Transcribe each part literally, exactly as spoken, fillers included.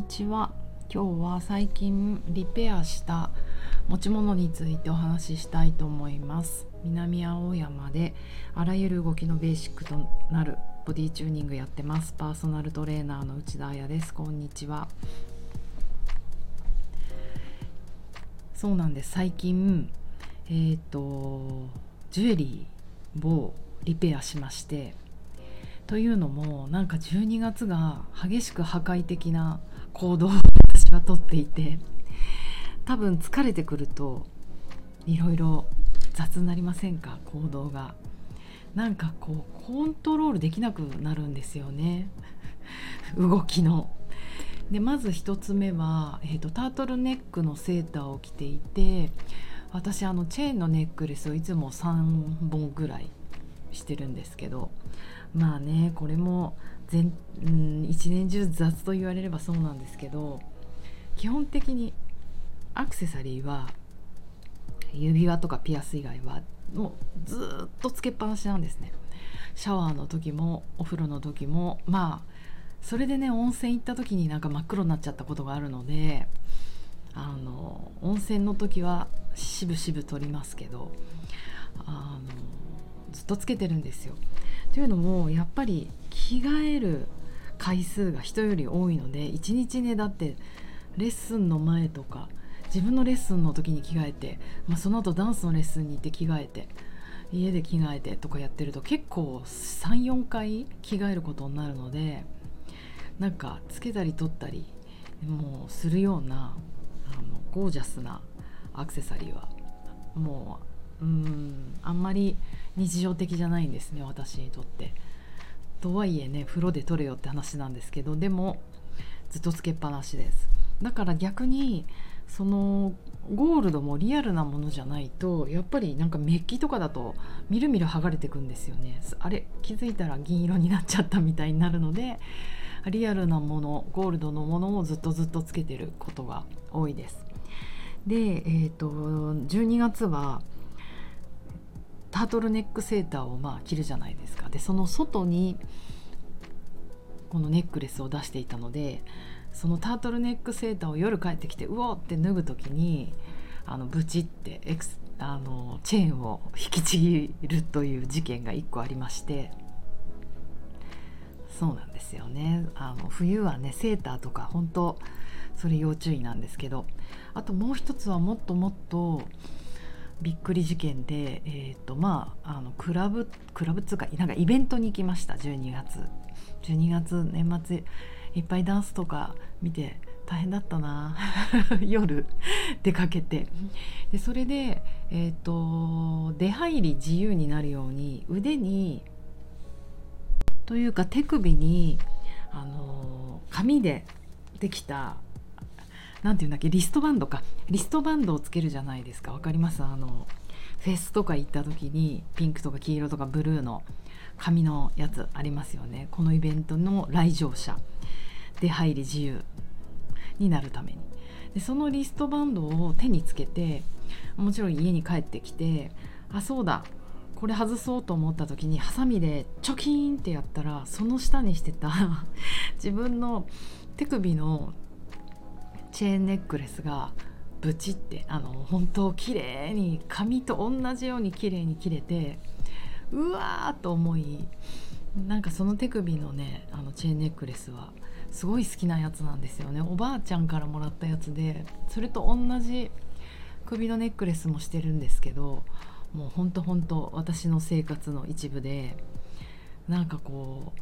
にちは。今日は最近リペアした持ち物についてお話ししたいと思います。南青山であらゆる動きのベーシックとなるボディチューニングやってます。パーソナルトレーナーの内田彩です。こんにちは。そうなんです。最近えっ、とジュエリーをリペアしまして、というのもなんかじゅうにがつが激しく破壊的な行動を私はとっていて、多分疲れてくるといろいろ雑になりませんか？行動がなんかこうコントロールできなくなるんですよね動きの。でまず一つ目は、えーと、タートルネックのセーターを着ていて、私あのチェーンのネックレスをいつもさんぼんぐらいしてるんですけど、まあねこれも全、うん、一年中雑と言われればそうなんですけど、基本的にアクセサリーは指輪とかピアス以外はもうずっとつけっぱなしなんですね。シャワーの時もお風呂の時も、まあそれでね温泉行った時になんか真っ黒になっちゃったことがあるので、あの温泉の時はしぶしぶ取りますけど、あのずっとつけてるんですよ。というのもやっぱり着替える回数が人より多いので、いちにちねだってレッスンの前とか自分のレッスンの時に着替えて、まあ、その後ダンスのレッスンに行って着替えて家で着替えてとかやってると結構 さん,よん 回着替えることになるので、なんかつけたり取ったりもうするようなあのゴージャスなアクセサリーはもううーんあんまり日常的じゃないんですね、私にとって。とはいえね風呂で取れよって話なんですけど、でもずっとつけっぱなしです。だから逆にそのゴールドもリアルなものじゃないと、やっぱりなんかメッキとかだとみるみる剥がれてくんですよね。あれ気づいたら銀色になっちゃったみたいになるので、リアルなものゴールドのものをずっとずっとつけてることが多いです。で、えーと、じゅうにがつはタートルネックセーターをまあ着るじゃないですか。でその外にこのネックレスを出していたので、そのタートルネックセーターを夜帰ってきてうおーって脱ぐときにあのブチってエクスあのチェーンを引きちぎるという事件がいっこありまして、そうなんですよね。あの冬はねセーターとか本当それ要注意なんですけど、あともう一つはもっともっとびっくり事件で、えーとまあ、あのクラブクラブつうかなんかイベントに行きました。じゅうにがつじゅうにがつ年末いっぱいダンスとか見て大変だったな夜出かけて、でそれで、えーと出入り自由になるように腕にというか手首にあの紙でできたなんていうんだっけリストバンドかリストバンドをつけるじゃないですか。わかります？あのフェスとか行った時にピンクとか黄色とかブルーの紙のやつありますよね。このイベントの来場者出入り自由になるために。でそのリストバンドを手につけて、もちろん家に帰ってきて、あそうだこれ外そうと思った時にハサミでチョキーンってやったら、その下にしてた自分の手首のチェーンネックレスがブチってあの本当綺麗に紙と同じように綺麗に切れて、うわーと思い、なんかその手首のねあのチェーンネックレスはすごい好きなやつなんですよね。おばあちゃんからもらったやつで、それと同じ首のネックレスもしてるんですけど、もうほんとほんと私の生活の一部で、なんかこ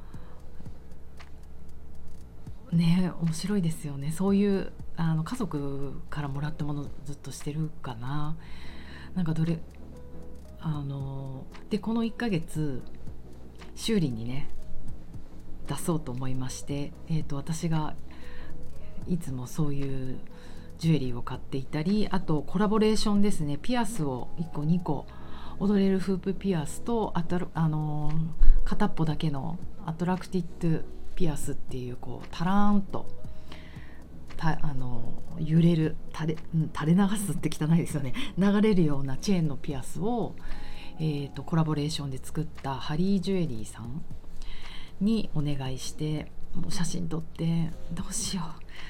うね面白いですよね。そういうあの家族からもらったものずっとしてるかな。なんかどれあのでこのいっかげつ修理にね出そうと思いまして、えーと、私がいつもそういうジュエリーを買っていたり、あとコラボレーションですね。ピアスをいっこにこ踊れるフープピアスとあたあの片っぽだけのアトラクティッドピアスっていう、こうタラーンとたあの揺れる垂れ、うん、垂れ流すって汚いですよね。流れるようなチェーンのピアスを、えーと、コラボレーションで作ったハリージュエリーさんにお願いして、もう写真撮って、どうしよう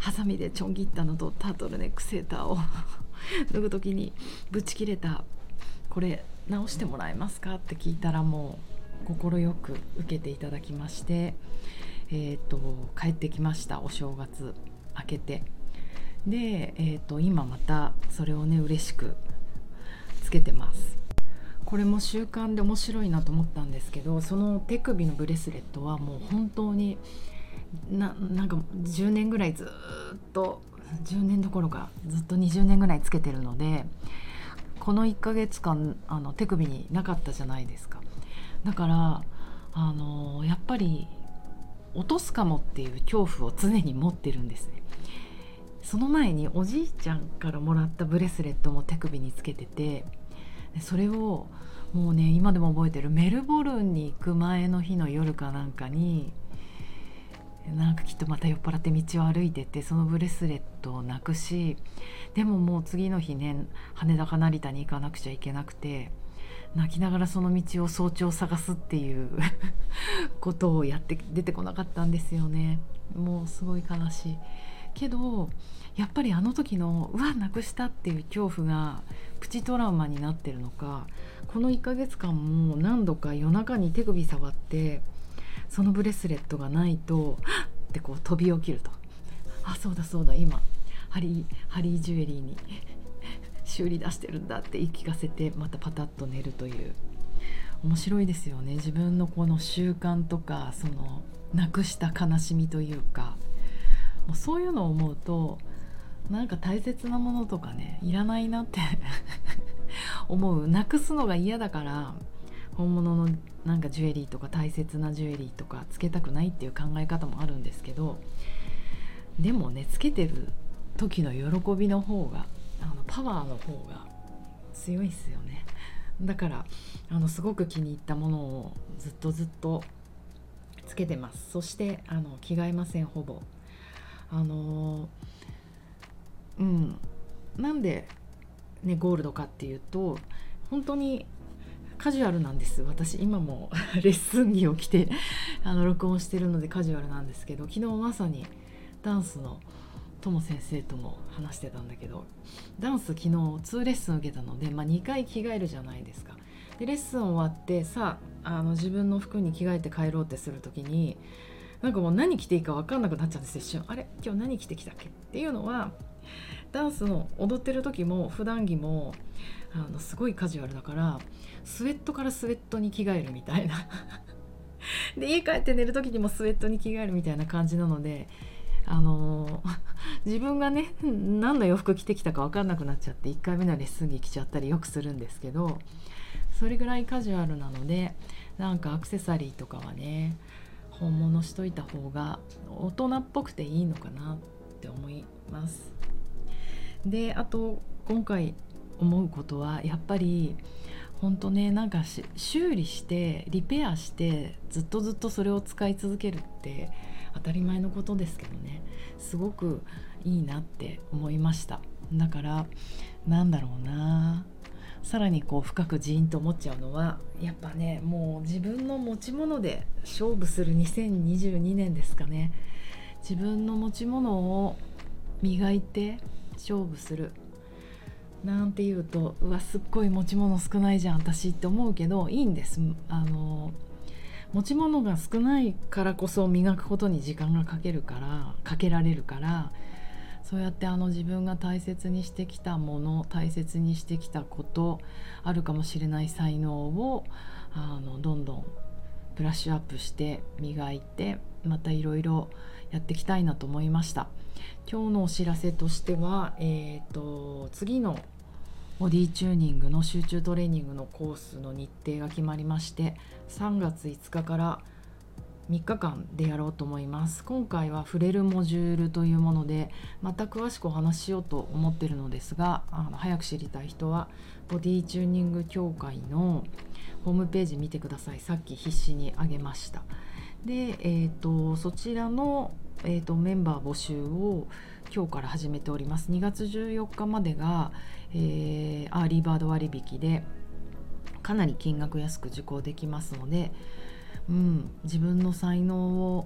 ハサミでちょん切ったのとタートルネックセーターを脱ぐ時にぶち切れた、これ直してもらえますかって聞いたら、もう快く受けていただきまして、えー、と帰ってきました。お正月明けて、で、えー、と今またそれをね嬉しくつけてます。これも習慣で面白いなと思ったんですけど、その手首のブレスレットはもう本当に な, なんかじゅうねんぐらいずっと、じゅうねんどころかずっとにじゅうねんぐらいつけてるので、このいっかげつかんあの手首になかったじゃないですか。だからあのやっぱり落とすかもっていう恐怖を常に持ってるんですね。その前におじいちゃんからもらったブレスレットも手首につけてて、それをもうね今でも覚えてる。メルボルンに行く前の日の夜かなんかに、なんかきっとまた酔っ払って道を歩いてて、そのブレスレットをなくし、でももう次の日ね羽田か成田に行かなくちゃいけなくて、泣きながらその道を早朝探すっていうことをやって出てこなかったんですよね。もうすごい悲しいけど、やっぱりあの時のうわなくしたっていう恐怖がプチトラウマになってるのか、このいっかげつかんも何度か夜中に手首触ってそのブレスレットがないとはっってこう飛び起きると、あそうだそうだ今ハリー、ハリージュエリーに修理出してるんだって言い聞かせて、またパタッと寝るという。面白いですよね。自分のこの習慣とか、そのなくした悲しみというか、もうそういうのを思うと、なんか大切なものとかねいらないなって思う。なくすのが嫌だから本物のなんかジュエリーとか大切なジュエリーとかつけたくないっていう考え方もあるんですけど、でもねつけてる時の喜びの方が、あのパワーの方が強いですよね。だからあのすごく気に入ったものをずっとずっとつけてます。そしてあの着替えません、ほぼ。あのうんなんでねゴールドかっていうと、本当にカジュアルなんです。私今もレッスン着を着てあの録音してるのでカジュアルなんですけど、昨日まさにダンスのとも先生とも話してたんだけど、ダンス昨日にレッスン受けたので、まあ、にかい着替えるじゃないですか。でレッスン終わってさああの自分の服に着替えて帰ろうってする時に、なんかもう何着ていいか分かんなくなっちゃうんです。一瞬あれ今日何着てきたっけっていうのは、ダンスの踊ってる時も普段着もあのすごいカジュアルだから、スウェットからスウェットに着替えるみたいなで家帰って寝る時にもスウェットに着替えるみたいな感じなので、あの自分がね何の洋服着てきたか分かんなくなっちゃって、いっかいめのレッスン着着ちゃったりよくするんですけど、それぐらいカジュアルなので、なんかアクセサリーとかはね本物しといた方が大人っぽくていいのかなって思います。であと今回思うことは、やっぱり本当ね、なんか修理してリペアしてずっとずっとそれを使い続けるって当たり前のことですけどね、すごくいいなって思いました。だからなんだろうな、さらにこう深くジーンと思っちゃうのは、やっぱねもう自分の持ち物で勝負するにせんにじゅうにねんですかね。自分の持ち物を磨いて勝負するなんていうと、うわすっごい持ち物少ないじゃん私って思うけど、いいんです。あの持ち物が少ないからこそ磨くことに時間がかけるからかけられるから、そうやってあの自分が大切にしてきたもの、大切にしてきたこと、あるかもしれない才能をあのどんどんブラッシュアップして磨いて、またいろいろやっていきたいなと思いました。今日のお知らせとしては、えーと、次のボディチューニングの集中トレーニングのコースの日程が決まりまして、さんがついつかからみっかかんでやろうと思います。今回は触れるモジュールというもので、また詳しくお話ししようと思ってるのですが、あの早く知りたい人はボディチューニング協会のホームページ見てください。さっき必死に上げました。で、えーと、そちらの、えーと、メンバー募集を今日から始めております。にがつじゅうよっかまでが、えー、アーリーバード割引でかなり金額安く受講できますので、うん、自分の才能を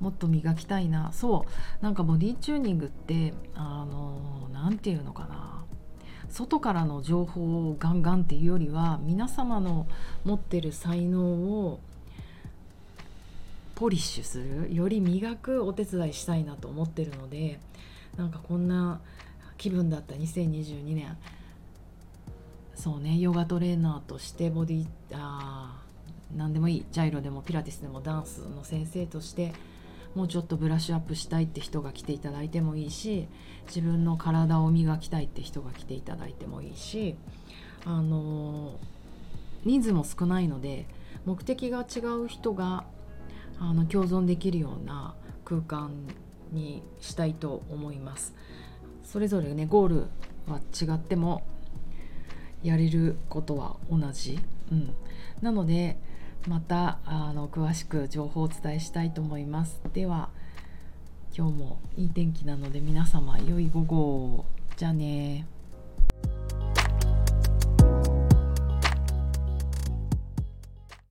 もっと磨きたいな。そうなんかボディチューニングってあのなんていうのかな、外からの情報をガンガンっていうよりは、皆様の持ってる才能をポリッシュする、より磨くお手伝いしたいなと思ってるので、なんかこんな気分だったにせんにじゅうにねん、そうね、ヨガトレーナーとしてボディあ何でもいい、ジャイロでもピラティスでもダンスの先生としてもうちょっとブラッシュアップしたいって人が来ていただいてもいいし、自分の体を磨きたいって人が来ていただいてもいいし、あの人数も少ないので目的が違う人があの共存できるような空間にしたいと思います。それぞれねゴールは違ってもやれることは同じ、うん、なのでまたあの詳しく情報をお伝えしたいと思います。では今日もいい天気なので皆様良い午後を。じゃあね。